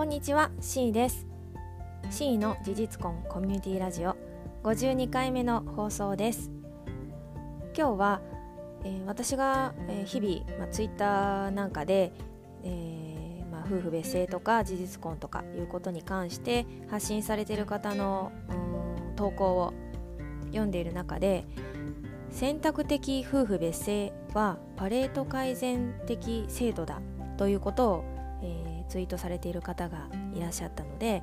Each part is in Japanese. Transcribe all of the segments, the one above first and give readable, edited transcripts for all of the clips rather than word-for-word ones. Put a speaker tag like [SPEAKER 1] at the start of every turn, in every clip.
[SPEAKER 1] んにちは、C です。C の事実婚コミュニティラジオ52回目の放送です。今日は、私が、日々、ツイッターなんかで、夫婦別姓とか事実婚とかいうことに関して発信されている方の投稿を読んでいる中で、選択的夫婦別姓はパレート改善的制度だということを、ツイートされている方がいらっしゃったので、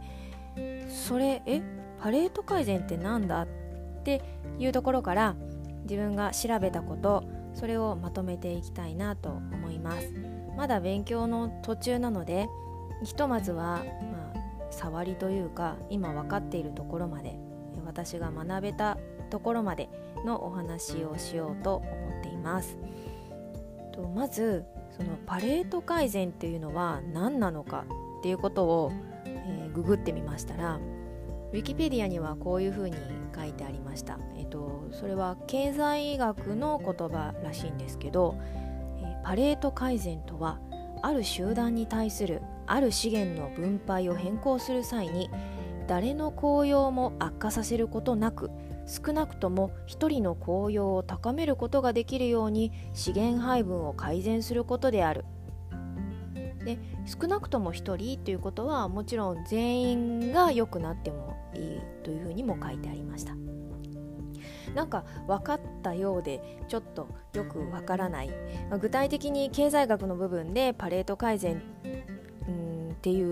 [SPEAKER 1] パレート改善ってなんだっていうところから自分が調べたこと、それをまとめていきたいなと思います。まだ勉強の途中なので、ひとまずは、触りというか今分かっているところまで、私が学べたところまでのお話をしようと思っています。まずそのパレート改善っていうのは何なのかっていうことを、ググってみましたら、ウィキペディアにはこういうふうに書いてありました。それは経済学の言葉らしいんですけど、パレート改善とはある集団に対するある資源の分配を変更する際に、誰の効用も悪化させることなく、少なくとも一人の効用を高めることができるように資源配分を改善することである。で、少なくとも一人ということはもちろん全員が良くなってもいいというふうにも書いてありました。なんか分かったようでちょっとよく分からない、具体的に経済学の部分でパレート改善っていう、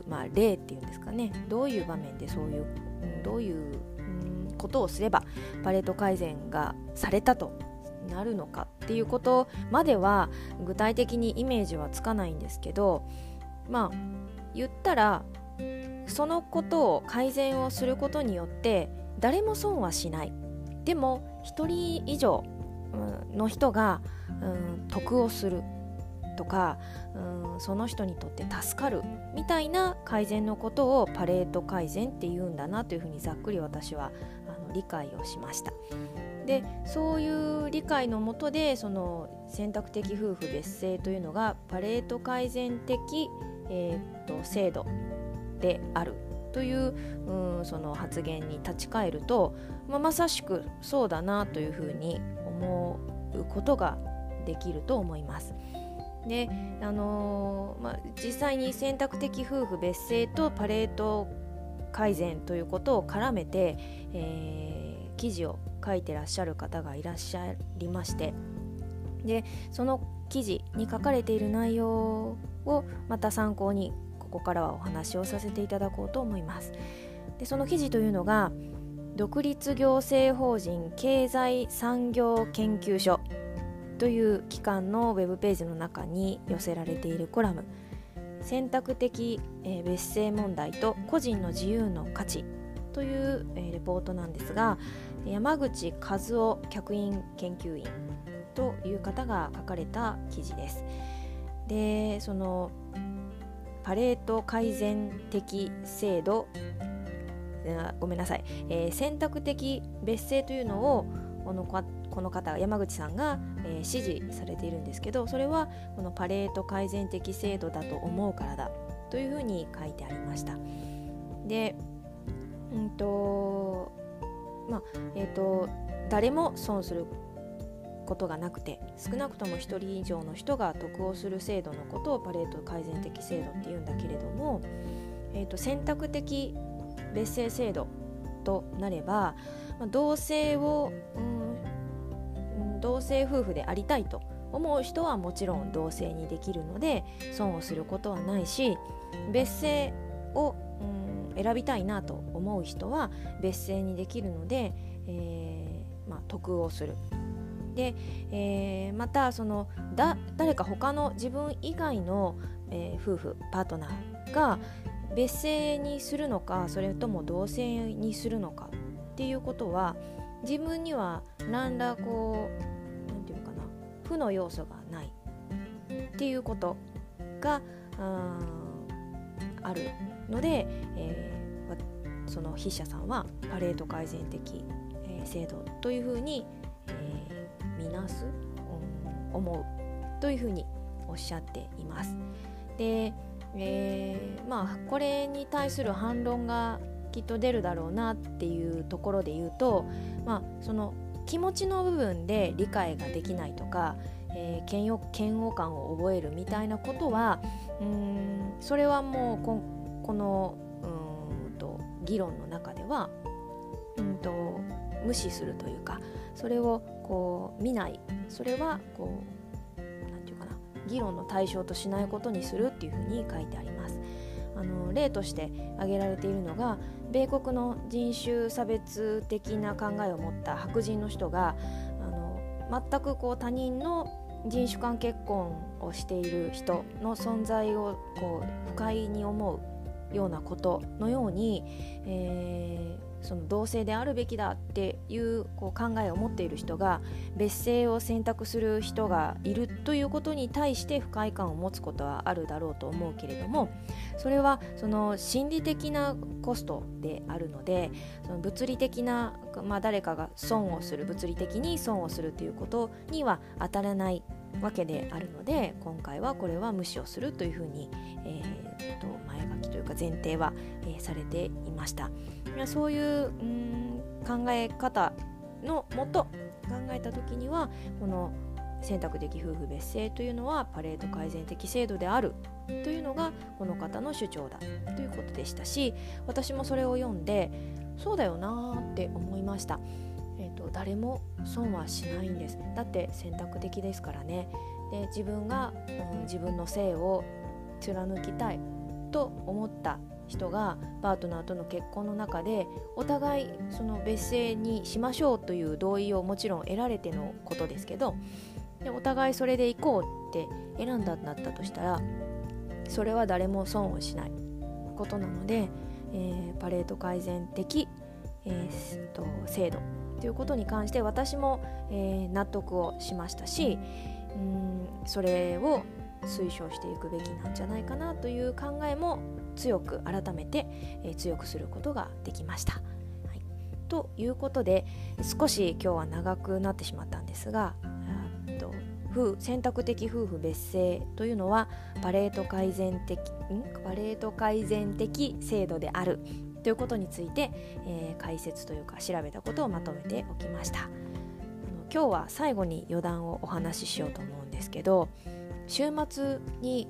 [SPEAKER 1] 例っていうんですかね、どういう場面でそういう、どういうことをすればパレート改善がされたとなるのかっていうことまでは具体的にイメージはつかないんですけど、言ったらそのことを改善をすることによって誰も損はしない、でも一人以上の人が得をするとか、その人にとって助かるみたいな改善のことをパレート改善っていうんだなというふうにざっくり私は理解をしました。で、そういう理解のもとで、その選択的夫婦別姓というのがパレート改善的、制度であるという、その発言に立ち返ると、まさしくそうだなというふうに思うことができると思います。で、実際に選択的夫婦別姓とパレート改善ということを絡めて、記事を書いてらっしゃる方がいらっしゃいまして、でその記事に書かれている内容をまた参考にここからはお話をさせていただこうと思います。で、その記事というのが独立行政法人経済産業研究所という機関のウェブページの中に寄せられているコラム、選択的、別姓問題と個人の自由の価値という、レポートなんですが、山口和夫客員研究員という方が書かれた記事です。で、そのパレート改善的制度、選択的別姓というのをこの方山口さんが、支持されているんですけど、それはこのパレート改善的制度だと思うからだというふうに書いてありました。で、誰も損することがなくて、少なくとも一人以上の人が得をする制度のことをパレート改善的制度っていうんだけれども、選択的別姓制度となれば、同性夫婦でありたいと思う人はもちろん同性にできるので損をすることはないし、別姓を選びたいなと思う人は別姓にできるので、得をする。で、またその誰か他の自分以外の、夫婦パートナーが別姓にするのか、それとも同姓にするのかっていうことは、自分には何ら負の要素がないっていうことがあるので、その筆者さんはパレート改善的、制度というふうに、見なす、思うというふうにおっしゃっています。で、 これに対する反論がきっと出るだろうなっていうところで言うと、その気持ちの部分で理解ができないとか、嫌悪感を覚えるみたいなことはそれはもうこの議論の中では無視するというか、それをこう見ない、それはこうなんていうかな、議論の対象としないことにするっていうふうに書いてあります。例として挙げられているのが、米国の人種差別的な考えを持った白人の人が全くこう他人の人種間結婚をしている人の存在をこう不快に思うようなことのように、その同性であるべきだっていう考えを持っている人が別姓を選択する人がいるということに対して不快感を持つことはあるだろうと思うけれども、それはその心理的なコストであるので、その物理的な、誰かが損をする、物理的に損をするということには当たらないわけであるので、今回はこれは無視をするというふうに、前書きというか前提は、されていました。そういう考え方のもと考えた時には、この選択的夫婦別姓というのはパレート改善的制度であるというのがこの方の主張だということでしたし、私もそれを読んでそうだよなって思いました。誰も損はしないんです。だって選択的ですからね。で、自分が、自分の性を貫きたいと思った人がパートナーとの結婚の中でお互いその別姓にしましょうという同意をもちろん得られてのことですけど、でお互いそれで行こうって選んだんだったとしたら、それは誰も損をしないことなので、パレート改善的、制度ということに関して私も、納得をしましたし、それを推奨していくべきなんじゃないかなという考えも強く改めて、強くすることができました。ということで、少し今日は長くなってしまったんですが、選択的夫婦別姓というのはパレート改善的制度であるということについて、解説というか調べたことをまとめておきました。今日は最後に余談をお話ししようと思うんですけど、週末に、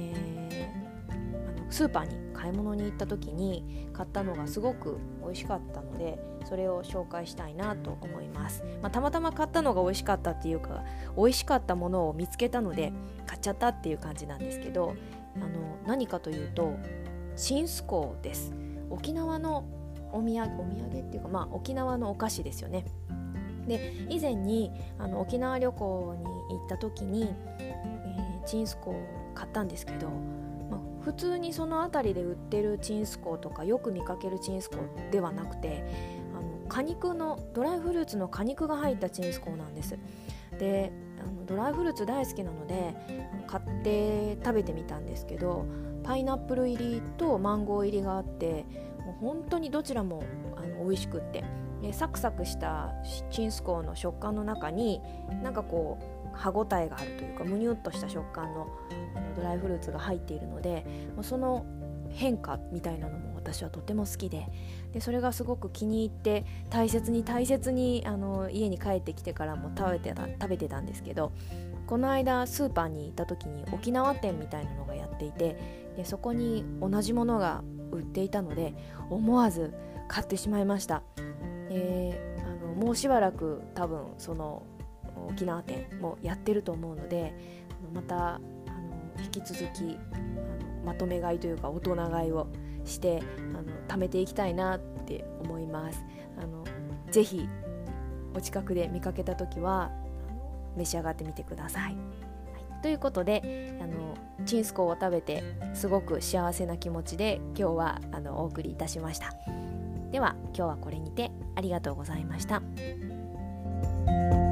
[SPEAKER 1] スーパーに買い物に行った時に買ったのがすごく美味しかったので、それを紹介したいなと思います。たまたま買ったのが美味しかったっていうか、美味しかったものを見つけたので買っちゃったっていう感じなんですけど、何かというとチンスコーです。沖縄のお土産っていうか、沖縄のお菓子ですよね。で、以前に沖縄旅行に行った時に、チンスコーを買ったんですけど、普通にその辺りで売ってるチンスコーとかよく見かけるチンスコーではなくて、果肉のドライフルーツの果肉が入ったチンスコーなんです。で、ドライフルーツ大好きなので買って食べてみたんですけど、パイナップル入りとマンゴー入りがあって、もう本当にどちらも美味しくって、サクサクしたチンスコーの食感の中になんかこう歯ごたえがあるというか、むにゅっとした食感のドライフルーツが入っているので、その変化みたいなのも私はとても好きで、それがすごく気に入って大切に家に帰ってきてからも食べてたんですけど、この間スーパーに行った時に沖縄店みたいなのがやっていて、でそこに同じものが売っていたので思わず買ってしまいました。もうしばらく多分その沖縄店もやってると思うので、また引き続きまとめ買いというか大人買いをして貯めていきたいなって思います。ぜひお近くで見かけた時は召し上がってみてください。ということでチンスコーを食べてすごく幸せな気持ちで今日はお送りいたしました。では今日はこれにてありがとうございました。